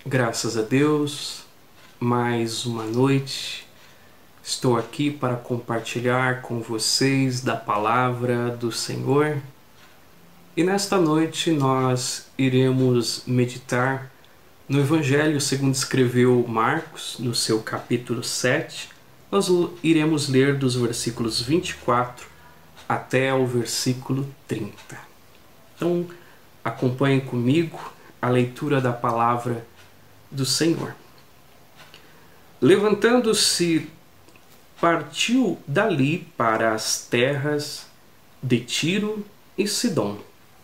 Graças a Deus, mais uma noite. Estou aqui para compartilhar com vocês da palavra do Senhor. E nesta noite nós iremos meditar no Evangelho segundo escreveu Marcos, no seu capítulo 7. Nós iremos ler dos versículos 24 até o versículo 30. Então, acompanhem comigo a leitura da palavra do Senhor. Levantando-se, partiu dali para as terras de Tiro e Sidom.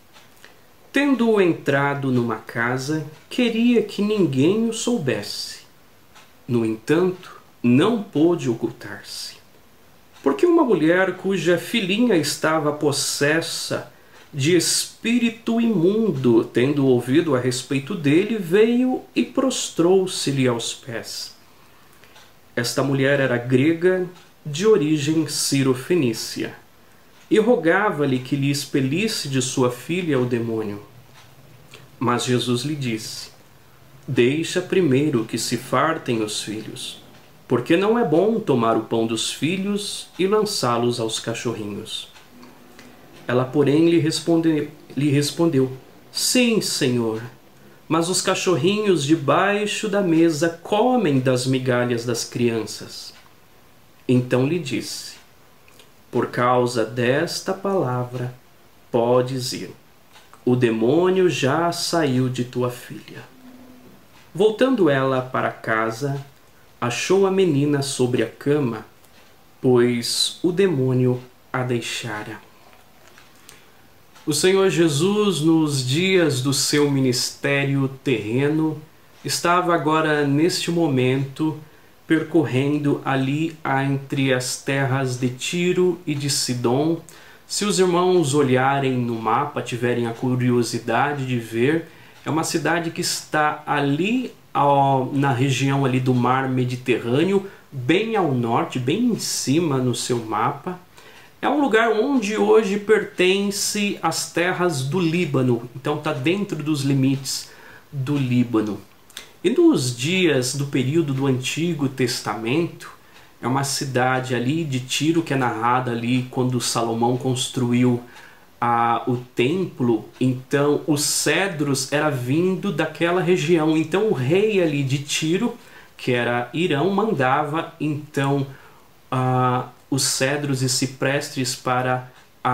Tendo entrado numa casa, queria que ninguém o soubesse. No entanto, não pôde ocultar-se, porque uma mulher cuja filhinha estava possessa de espírito imundo, tendo ouvido a respeito dele, veio e prostrou-se-lhe aos pés. Esta mulher era grega, de origem cirofenícia, e rogava-lhe que lhe expelisse de sua filha o demônio. Mas Jesus lhe disse: deixa primeiro que se fartem os filhos, porque não é bom tomar o pão dos filhos e lançá-los aos cachorrinhos. Ela, porém, lhe respondeu: sim, Senhor, mas os cachorrinhos debaixo da mesa comem das migalhas das crianças. Então lhe disse: por causa desta palavra, podes ir. O demônio já saiu de tua filha. Voltando ela para casa, achou a menina sobre a cama, pois o demônio a deixara. O Senhor Jesus, nos dias do seu ministério terreno, estava agora, neste momento, percorrendo ali entre as terras de Tiro e de Sidom. Se os irmãos olharem no mapa, tiverem a curiosidade de ver, é uma cidade que está ali na região ali do mar Mediterrâneo, bem ao norte, bem em cima no seu mapa. É um lugar onde hoje pertence às terras do Líbano, então está dentro dos limites do Líbano. E nos dias do período do Antigo Testamento, é uma cidade ali de Tiro, que é narrada ali quando Salomão construiu o templo. Então os cedros era vindo daquela região. Então o rei ali de Tiro, que era Irão, mandava então os cedros e ciprestes para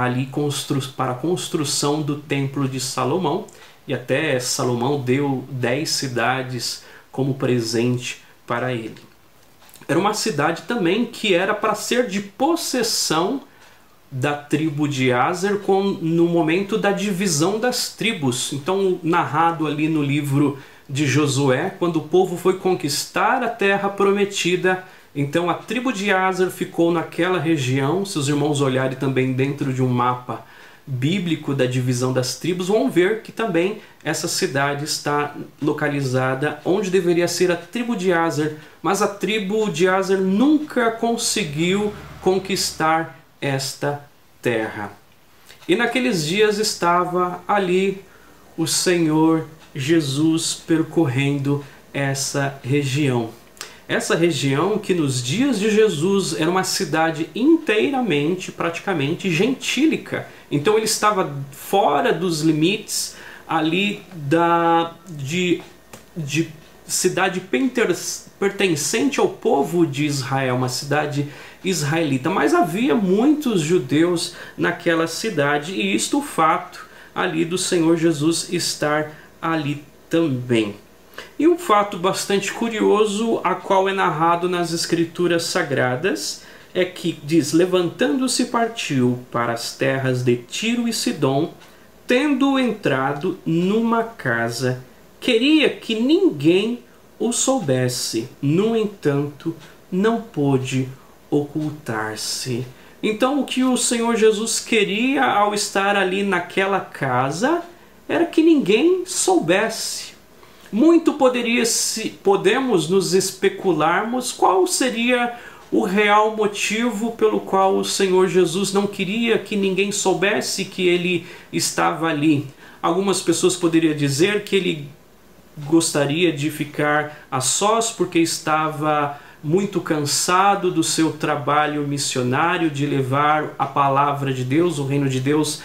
a construção do templo de Salomão. E até Salomão deu 10 cidades como presente para ele. Era uma cidade também que era para ser de possessão da tribo de Aser no momento da divisão das tribos. Então, narrado ali no livro de Josué, quando o povo foi conquistar a terra prometida, então a tribo de Aser ficou naquela região. Se os irmãos olharem também dentro de um mapa bíblico da divisão das tribos, vão ver que também essa cidade está localizada onde deveria ser a tribo de Aser, mas a tribo de Aser nunca conseguiu conquistar esta terra. E naqueles dias estava ali o Senhor Jesus percorrendo essa região. Essa região que nos dias de Jesus era uma cidade inteiramente, praticamente, gentílica. Então ele estava fora dos limites ali de cidade pertencente ao povo de Israel, uma cidade israelita. Mas havia muitos judeus naquela cidade, e isto o fato ali do Senhor Jesus estar ali também. E um fato bastante curioso, a qual é narrado nas Escrituras Sagradas, é que diz: levantando-se partiu para as terras de Tiro e Sidom, tendo entrado numa casa, queria que ninguém o soubesse, no entanto, não pôde ocultar-se. Então o que o Senhor Jesus queria ao estar ali naquela casa era que ninguém soubesse. Muito podemos nos especularmos qual seria o real motivo pelo qual o Senhor Jesus não queria que ninguém soubesse que ele estava ali. Algumas pessoas poderiam dizer que ele gostaria de ficar a sós porque estava muito cansado do seu trabalho missionário de levar a palavra de Deus, o reino de Deus,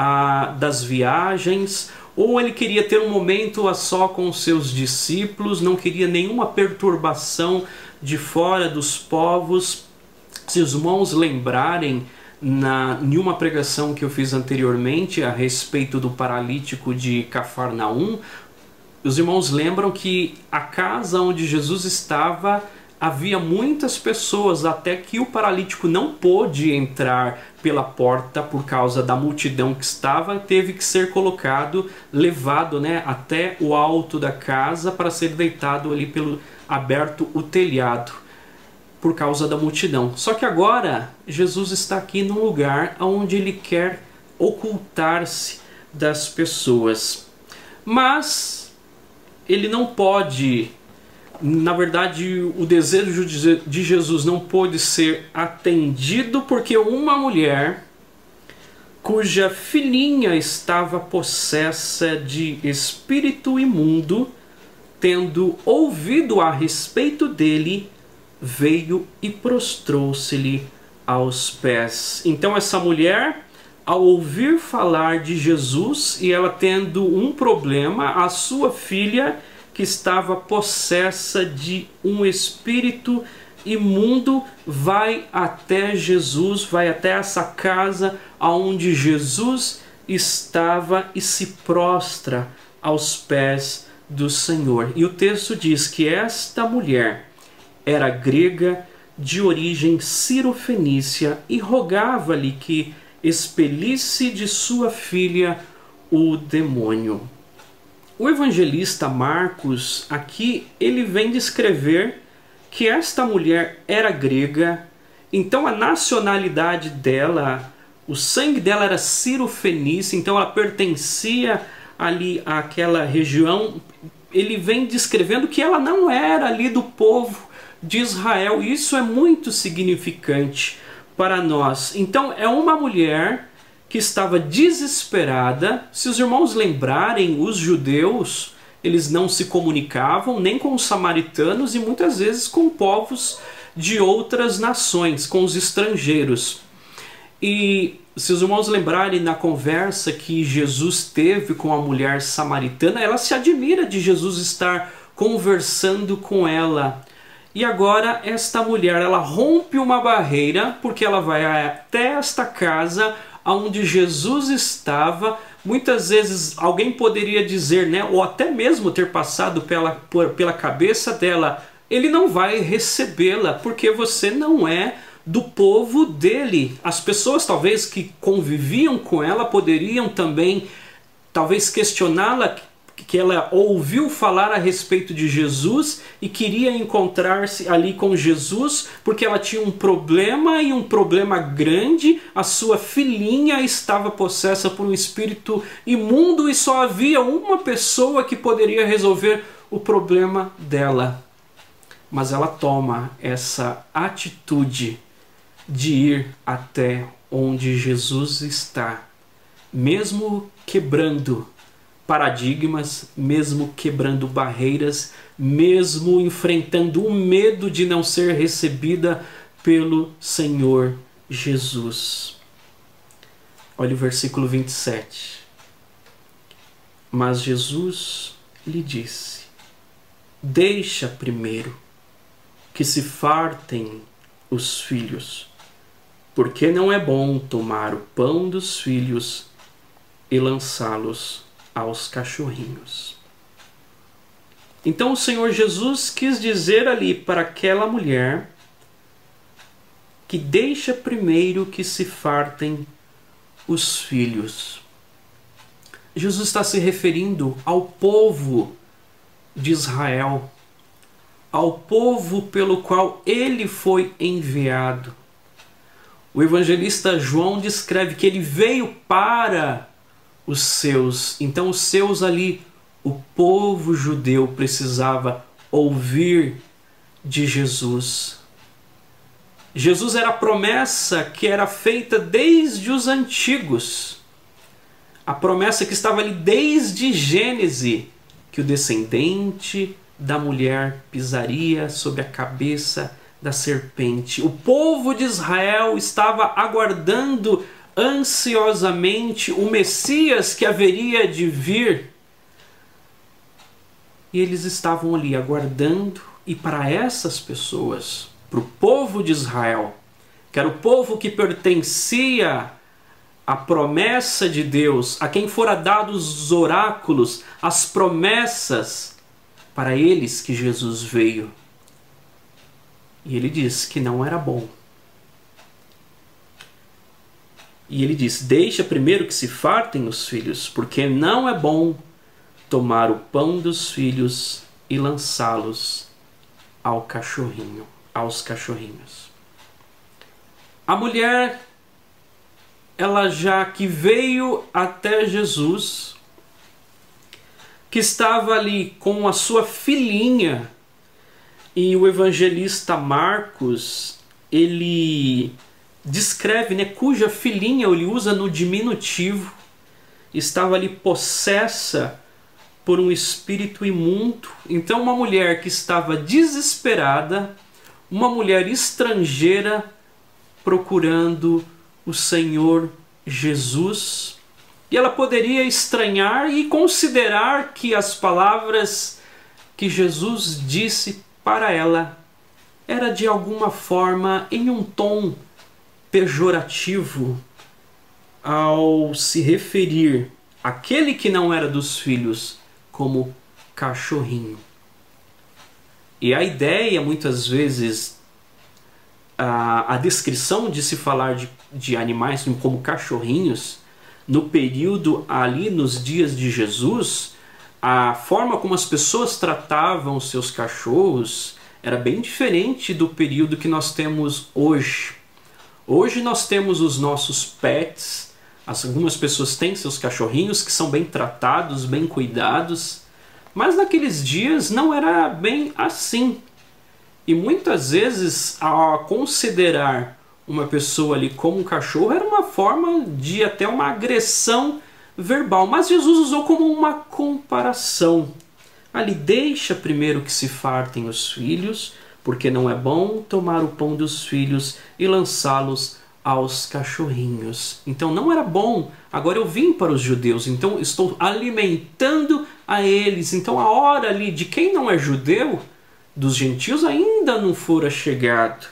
das viagens, ou ele queria ter um momento a só com os seus discípulos, não queria nenhuma perturbação de fora dos povos. Se os irmãos lembrarem, em uma pregação que eu fiz anteriormente a respeito do paralítico de Cafarnaum, os irmãos lembram que a casa onde Jesus estava havia muitas pessoas, até que o paralítico não pôde entrar pela porta por causa da multidão que estava, teve que ser levado, até o alto da casa para ser deitado ali aberto o telhado, por causa da multidão. Só que agora Jesus está aqui num lugar onde ele quer ocultar-se das pessoas. Mas ele não pode, na verdade, o desejo de Jesus não pôde ser atendido porque uma mulher cuja filhinha estava possessa de espírito imundo, tendo ouvido a respeito dele, veio e prostrou-se-lhe aos pés. Então essa mulher, ao ouvir falar de Jesus e ela tendo um problema, a sua filha que estava possessa de um espírito imundo, vai até Jesus, vai até essa casa onde Jesus estava e se prostra aos pés do Senhor. E o texto diz que esta mulher era grega de origem cirofenícia e rogava-lhe que expelisse de sua filha o demônio. O evangelista Marcos aqui ele vem descrever que esta mulher era grega, então a nacionalidade dela, o sangue dela era cirofenícia, então ela pertencia ali àquela região. Ele vem descrevendo que ela não era ali do povo de Israel. Isso é muito significante para nós. Então é uma mulher que estava desesperada. Se os irmãos lembrarem, os judeus, eles não se comunicavam nem com os samaritanos e muitas vezes com povos de outras nações, com os estrangeiros. E se os irmãos lembrarem na conversa que Jesus teve com a mulher samaritana, ela se admira de Jesus estar conversando com ela. E agora esta mulher, ela rompe uma barreira, porque ela vai até esta casa onde Jesus estava. Muitas vezes alguém poderia dizer, ou até mesmo ter passado pela cabeça dela, ele não vai recebê-la, porque você não é do povo dele. As pessoas talvez que conviviam com ela poderiam também talvez questioná-la, que ela ouviu falar a respeito de Jesus e queria encontrar-se ali com Jesus porque ela tinha um problema, e um problema grande. A sua filhinha estava possessa por um espírito imundo e só havia uma pessoa que poderia resolver o problema dela. Mas ela toma essa atitude de ir até onde Jesus está, mesmo quebrando paradigmas, mesmo quebrando barreiras, mesmo enfrentando o medo de não ser recebida pelo Senhor Jesus. Olha o versículo 27. Mas Jesus lhe disse: deixa primeiro que se fartem os filhos, porque não é bom tomar o pão dos filhos e lançá-los aos cachorrinhos. Então o Senhor Jesus quis dizer ali para aquela mulher que deixa primeiro que se fartem os filhos. Jesus está se referindo ao povo de Israel, ao povo pelo qual ele foi enviado. O evangelista João descreve que ele veio para os seus. Então os seus ali, o povo judeu, precisava ouvir de Jesus. Jesus era a promessa que era feita desde os antigos. A promessa que estava ali desde Gênesis. que o descendente da mulher pisaria sobre a cabeça da serpente. O povo de Israel estava aguardando ansiosamente o Messias que haveria de vir. E eles estavam ali aguardando, e para essas pessoas, para o povo de Israel, que era o povo que pertencia à promessa de Deus, a quem fora dados os oráculos, as promessas, para eles que Jesus veio. E ele diz que não era bom. E ele diz: deixa primeiro que se fartem os filhos, porque não é bom tomar o pão dos filhos e lançá-los aos cachorrinhos. A mulher, ela já que veio até Jesus, que estava ali com a sua filhinha, e o evangelista Marcos, ele descreve, né, cuja filhinha ele usa no diminutivo, estava ali possessa por um espírito imundo. Então uma mulher que estava desesperada, uma mulher estrangeira procurando o Senhor Jesus, e ela poderia estranhar e considerar que as palavras que Jesus disse para ela era de alguma forma em um tom pejorativo, ao se referir àquele que não era dos filhos como cachorrinho. E a ideia, muitas vezes, a descrição de se falar de animais como cachorrinhos, no período ali, nos dias de Jesus, a forma como as pessoas tratavam seus cachorros era bem diferente do período que nós temos hoje. Hoje nós temos os nossos pets, algumas pessoas têm seus cachorrinhos que são bem tratados, bem cuidados, mas naqueles dias não era bem assim. E muitas vezes, a considerar uma pessoa ali como um cachorro era uma forma de até uma agressão verbal. Mas Jesus usou como uma comparação. Ali, deixa primeiro que se fartem os filhos, porque não é bom tomar o pão dos filhos e lançá-los aos cachorrinhos. Então não era bom. Agora eu vim para os judeus, então estou alimentando a eles. Então a hora ali de quem não é judeu, dos gentios, ainda não fora chegado.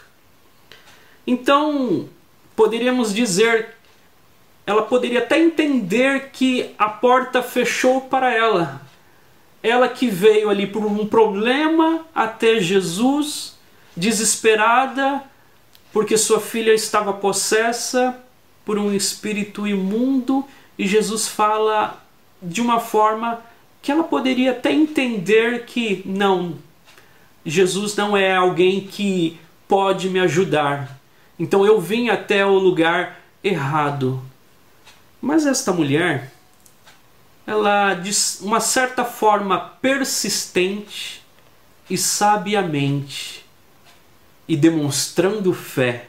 Então poderíamos dizer, ela poderia até entender que a porta fechou para ela. Ela que veio ali por um problema até Jesus, desesperada, porque sua filha estava possessa por um espírito imundo, e Jesus fala de uma forma que ela poderia até entender que não, Jesus não é alguém que pode me ajudar. Então eu vim até o lugar errado. Mas esta mulher, ela, de uma certa forma persistente e sabiamente, e demonstrando fé,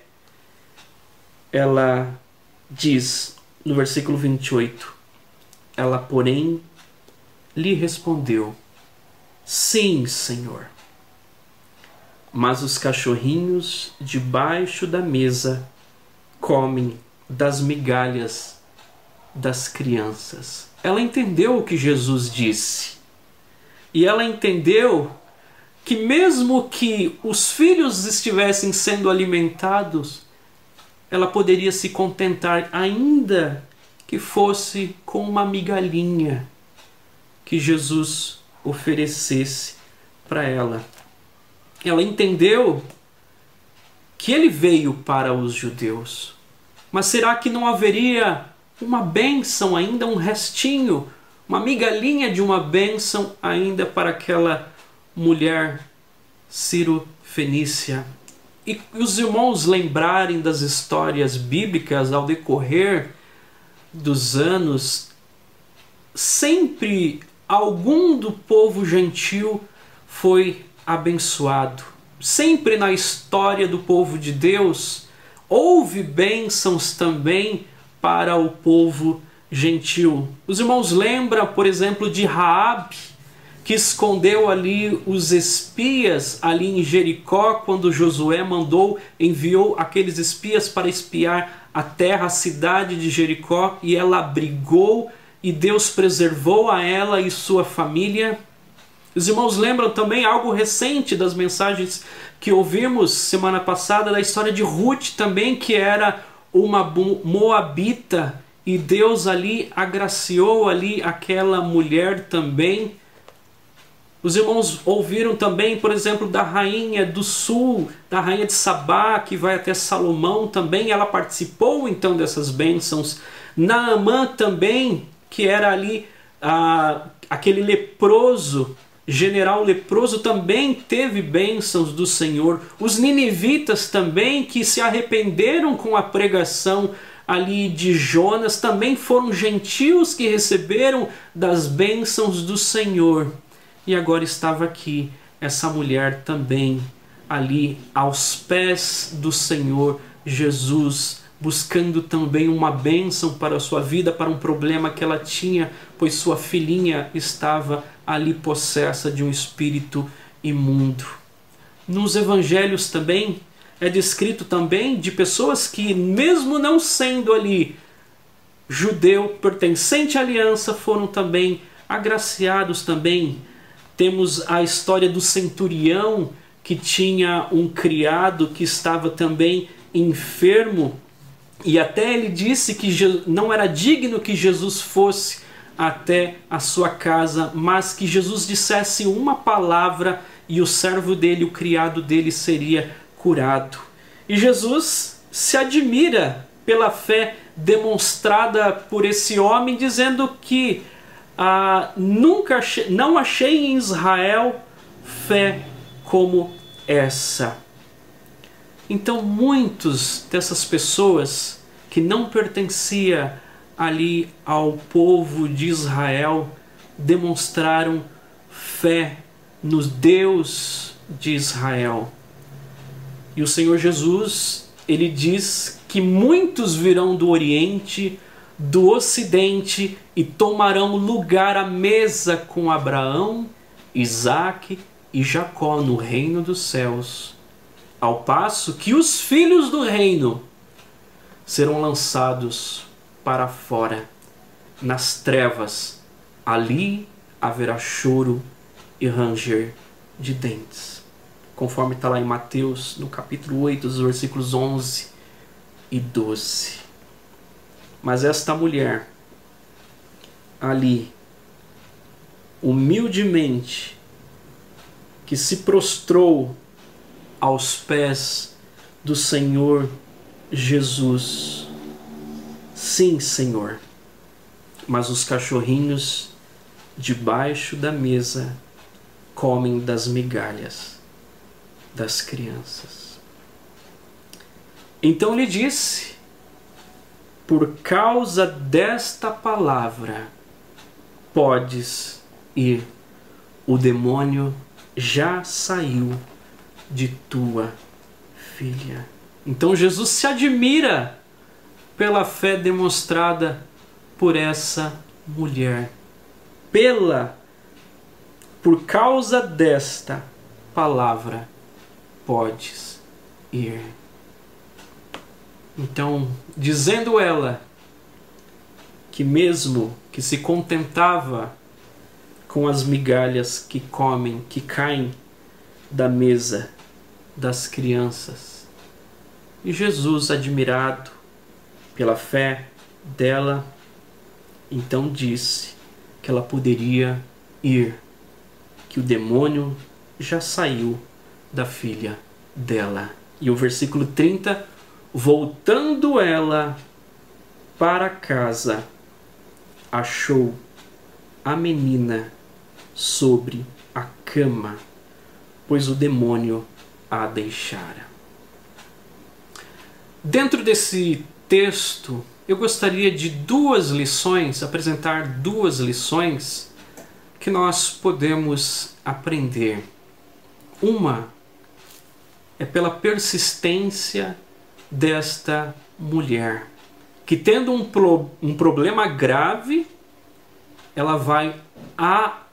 ela diz no versículo 28, ela, porém, lhe respondeu: sim, Senhor, mas os cachorrinhos debaixo da mesa comem das migalhas das crianças. Ela entendeu o que Jesus disse. E ela entendeu que mesmo que os filhos estivessem sendo alimentados, ela poderia se contentar, ainda que fosse com uma migalhinha que Jesus oferecesse para ela. Ela entendeu que ele veio para os judeus. Mas será que não haveria uma bênção ainda, um restinho, uma migalhinha de uma bênção ainda para aquela mulher Ciro-fenícia? E os irmãos lembrarem das histórias bíblicas ao decorrer dos anos, sempre algum do povo gentil foi abençoado. Sempre na história do povo de Deus houve bênçãos também para o povo gentil. Os irmãos lembram, por exemplo, de Raabe, que escondeu ali os espias ali em Jericó, quando Josué enviou aqueles espias para espiar a terra, a cidade de Jericó, e ela abrigou e Deus preservou a ela e sua família. Os irmãos lembram também algo recente das mensagens que ouvimos semana passada, da história de Ruth também, que era uma moabita, e Deus ali agraciou ali aquela mulher também. Os irmãos ouviram também, por exemplo, da rainha do sul, da rainha de Sabá, que vai até Salomão também, ela participou então dessas bênçãos. Naamã também, que era ali aquele leproso, general leproso, também teve bênçãos do Senhor. Os ninivitas também, que se arrependeram com a pregação ali de Jonas, também foram gentios que receberam das bênçãos do Senhor. E agora estava aqui essa mulher também ali aos pés do Senhor Jesus, buscando também uma bênção para a sua vida, para um problema que ela tinha, pois sua filhinha estava ali possessa de um espírito imundo. Nos evangelhos também é descrito também de pessoas que, mesmo não sendo ali judeu, pertencente à aliança, foram também agraciados também. Temos a história do centurião, que tinha um criado que estava também enfermo, e até ele disse que não era digno que Jesus fosse até a sua casa, mas que Jesus dissesse uma palavra e o servo dele, o criado dele, seria curado. E Jesus se admira pela fé demonstrada por esse homem, dizendo que não achei em Israel fé como essa. Então muitas dessas pessoas que não pertenciam ali ao povo de Israel demonstraram fé no Deus de Israel. E o Senhor Jesus, ele diz que muitos virão do Oriente, do Ocidente, e tomarão lugar à mesa com Abraão, Isaque e Jacó no reino dos céus, ao passo que os filhos do reino serão lançados para fora, nas trevas. Ali haverá choro e ranger de dentes, conforme está lá em Mateus, no capítulo 8, os versículos 11 e 12. Mas esta mulher, ali, humildemente, que se prostrou aos pés do Senhor Jesus. Sim, Senhor, mas os cachorrinhos debaixo da mesa comem das migalhas das crianças. Então lhe disse: por causa desta palavra podes ir, o demônio já saiu de tua filha. Então Jesus se admira pela fé demonstrada por essa mulher. Por causa desta palavra podes ir. Então, dizendo ela que mesmo que se contentava com as migalhas que comem, que caem da mesa das crianças, e Jesus, admirado pela fé dela, então disse que ela poderia ir, que o demônio já saiu da filha dela. E o versículo 30, voltando ela para casa, achou a menina sobre a cama, pois o demônio a deixara. Dentro desse texto, eu gostaria de apresentar duas lições que nós podemos aprender. Uma é pela persistência desta mulher, que tendo um problema grave, ela vai a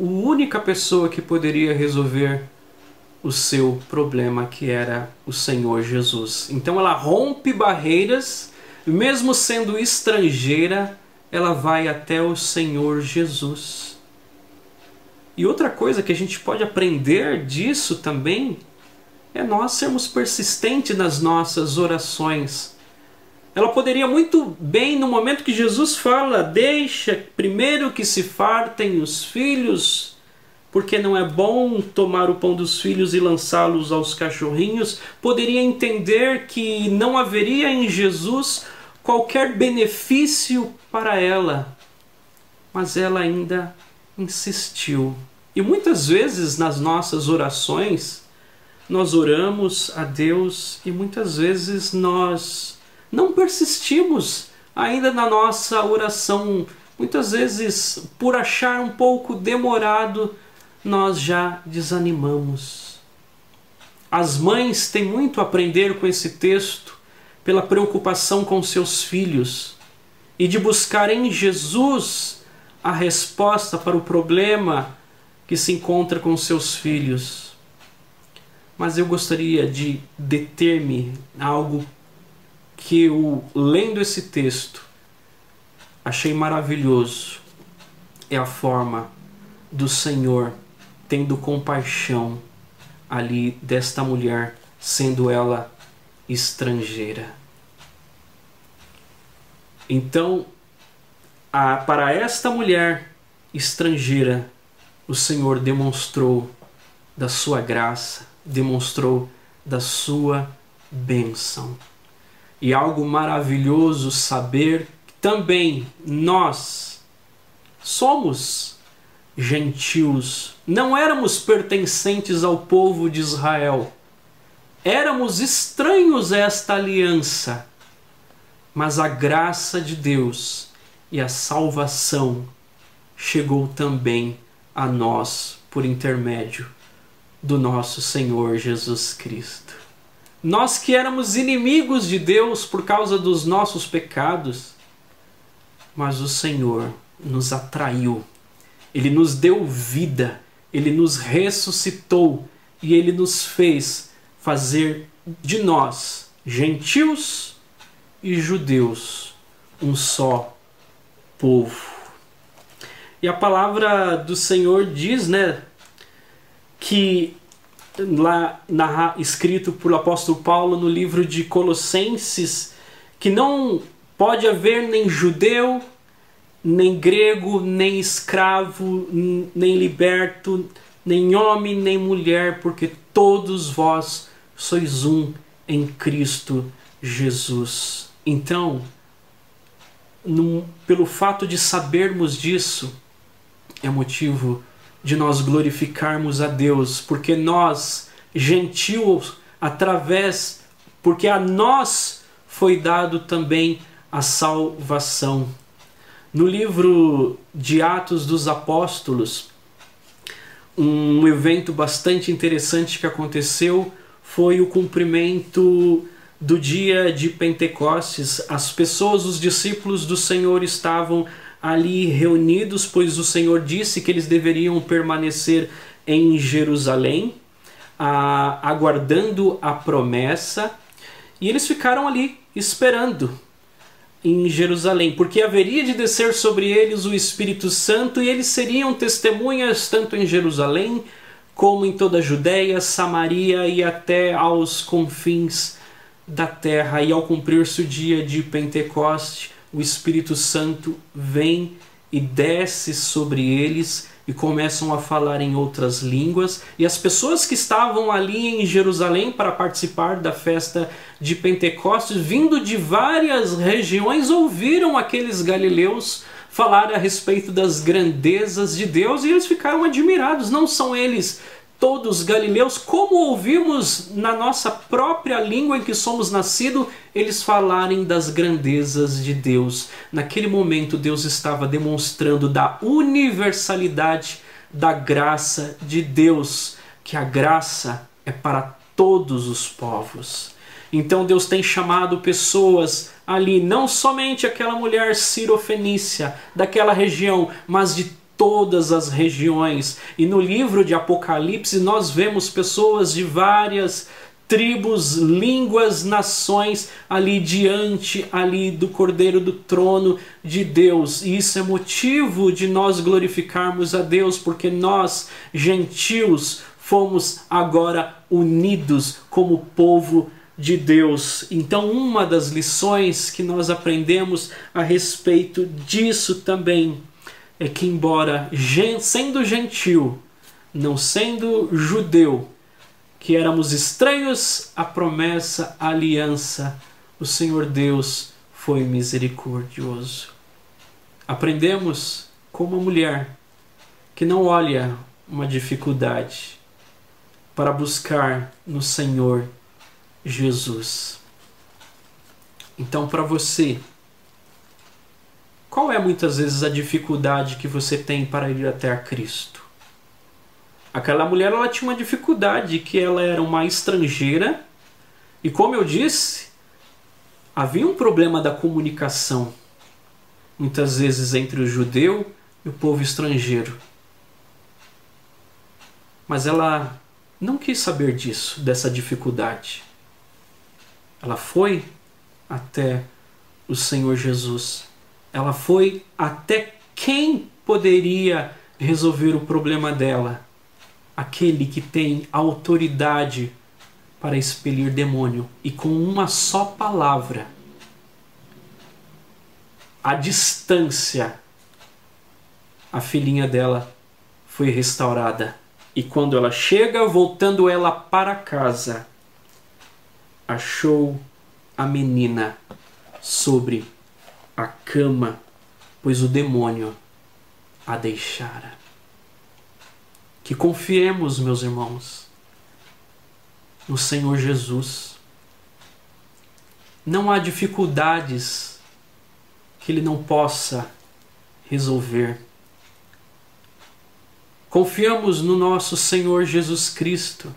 única pessoa que poderia resolver o seu problema, que era o Senhor Jesus. Então ela rompe barreiras, mesmo sendo estrangeira, ela vai até o Senhor Jesus. E outra coisa que a gente pode aprender disso também é nós sermos persistentes nas nossas orações. Ela poderia muito bem, no momento que Jesus fala, deixa primeiro que se fartem os filhos, porque não é bom tomar o pão dos filhos e lançá-los aos cachorrinhos, poderia entender que não haveria em Jesus qualquer benefício para ela. Mas ela ainda insistiu. E muitas vezes nas nossas orações, nós oramos a Deus e muitas vezes nós não persistimos ainda na nossa oração. Muitas vezes, por achar um pouco demorado, nós já desanimamos. As mães têm muito a aprender com esse texto pela preocupação com seus filhos e de buscar em Jesus a resposta para o problema que se encontra com seus filhos. Mas eu gostaria de deter-me a algo que eu, lendo esse texto, achei maravilhoso. É a forma do Senhor tendo compaixão ali desta mulher, sendo ela estrangeira. Então, para esta mulher estrangeira, o Senhor demonstrou da sua graça, demonstrou da sua bênção. E algo maravilhoso saber que também nós somos gentios, não éramos pertencentes ao povo de Israel, éramos estranhos a esta aliança, mas a graça de Deus e a salvação chegou também a nós por intermédio do nosso Senhor Jesus Cristo. Nós que éramos inimigos de Deus por causa dos nossos pecados, mas o Senhor nos atraiu. Ele nos deu vida, Ele nos ressuscitou e Ele nos fez fazer de nós, gentios e judeus, um só povo. E a palavra do Senhor diz, que lá escrito por apóstolo Paulo no livro de Colossenses, que não pode haver nem judeu, nem grego, nem escravo, nem liberto, nem homem, nem mulher, porque todos vós sois um em Cristo Jesus. Então, pelo fato de sabermos disso, é motivo de nós glorificarmos a Deus, porque nós, gentios, porque a nós foi dado também a salvação. No livro de Atos dos Apóstolos, um evento bastante interessante que aconteceu foi o cumprimento do dia de Pentecostes. As pessoas, os discípulos do Senhor estavam ali reunidos, pois o Senhor disse que eles deveriam permanecer em Jerusalém, aguardando a promessa, e eles ficaram ali esperando em Jerusalém, porque haveria de descer sobre eles o Espírito Santo e eles seriam testemunhas tanto em Jerusalém como em toda a Judéia, Samaria e até aos confins da terra. E ao cumprir-se o dia de Pentecoste, o Espírito Santo vem e desce sobre eles e começam a falar em outras línguas. E as pessoas que estavam ali em Jerusalém para participar da festa de Pentecostes, vindo de várias regiões, ouviram aqueles galileus falar a respeito das grandezas de Deus e eles ficaram admirados. Não são eles todos galileus? Como ouvimos na nossa própria língua em que somos nascidos, eles falarem das grandezas de Deus. Naquele momento Deus estava demonstrando da universalidade da graça de Deus, que a graça é para todos os povos. Então Deus tem chamado pessoas ali, não somente aquela mulher cirofenícia daquela região, mas de todas as regiões. E no livro de Apocalipse nós vemos pessoas de várias tribos, línguas, nações ali diante ali do Cordeiro do trono de Deus. E isso é motivo de nós glorificarmos a Deus, porque nós, gentios, fomos agora unidos como povo de Deus. Então, uma das lições que nós aprendemos a respeito disso também é que, embora sendo gentil, não sendo judeu, que éramos estranhos à promessa, à aliança, o Senhor Deus foi misericordioso. Aprendemos com uma mulher que não olha uma dificuldade para buscar no Senhor Jesus. Então, para você, qual é muitas vezes a dificuldade que você tem para ir até a Cristo? Aquela mulher, ela tinha uma dificuldade, que ela era uma estrangeira e, como eu disse, havia um problema da comunicação, muitas vezes entre o judeu e o povo estrangeiro. Mas ela não quis saber disso, dessa dificuldade. Ela foi até o Senhor Jesus. Ela foi até quem poderia resolver o problema dela. Aquele que tem autoridade para expelir demônio. E com uma só palavra, à distância, a filhinha dela foi restaurada. E quando ela chega, voltando ela para casa, achou a menina sobre a cama, pois o demônio a deixara. Que confiemos, meus irmãos, no Senhor Jesus. Não há dificuldades que Ele não possa resolver. Confiamos no nosso Senhor Jesus Cristo.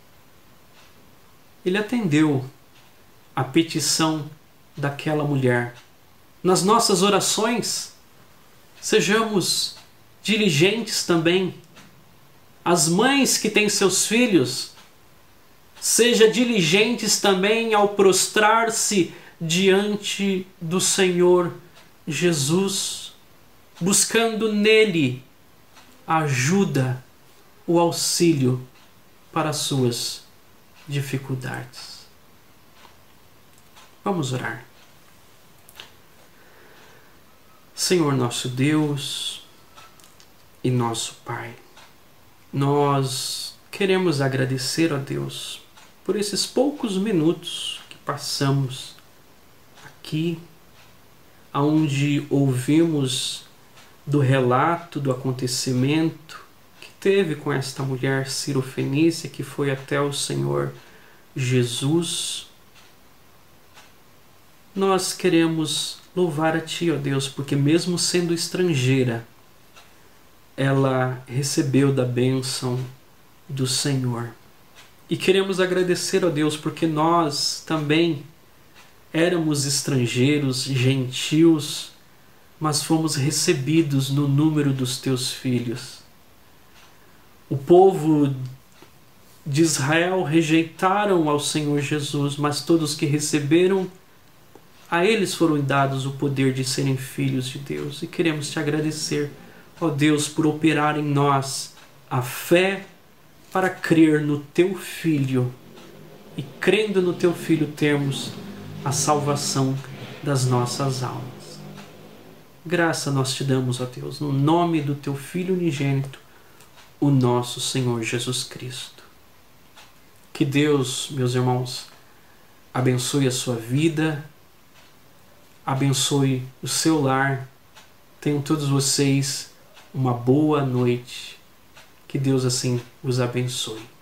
Ele atendeu a petição daquela mulher. Nas nossas orações, sejamos diligentes também. As mães que têm seus filhos, sejam diligentes também ao prostrar-se diante do Senhor Jesus, buscando nele a ajuda, o auxílio para as suas dificuldades. Vamos orar. Senhor nosso Deus e nosso Pai, nós queremos agradecer a Deus por esses poucos minutos que passamos aqui, onde ouvimos do relato do acontecimento que teve com esta mulher cirofenícia que foi até o Senhor Jesus. Nós queremos louvar a Ti, ó Deus, porque mesmo sendo estrangeira, ela recebeu da bênção do Senhor. E queremos agradecer a Deus porque nós também éramos estrangeiros, gentios, mas fomos recebidos no número dos Teus filhos. O povo de Israel rejeitaram ao Senhor Jesus, mas todos que receberam, a eles foram dados o poder de serem filhos de Deus. E queremos Te agradecer, ó Deus, por operar em nós a fé para crer no Teu Filho. E crendo no Teu Filho termos a salvação das nossas almas. Graça nós Te damos, ó Deus, no nome do Teu Filho unigênito, o nosso Senhor Jesus Cristo. Que Deus, meus irmãos, abençoe a sua vida, abençoe o seu lar. Tenham todos vocês uma boa noite. Que Deus assim os abençoe.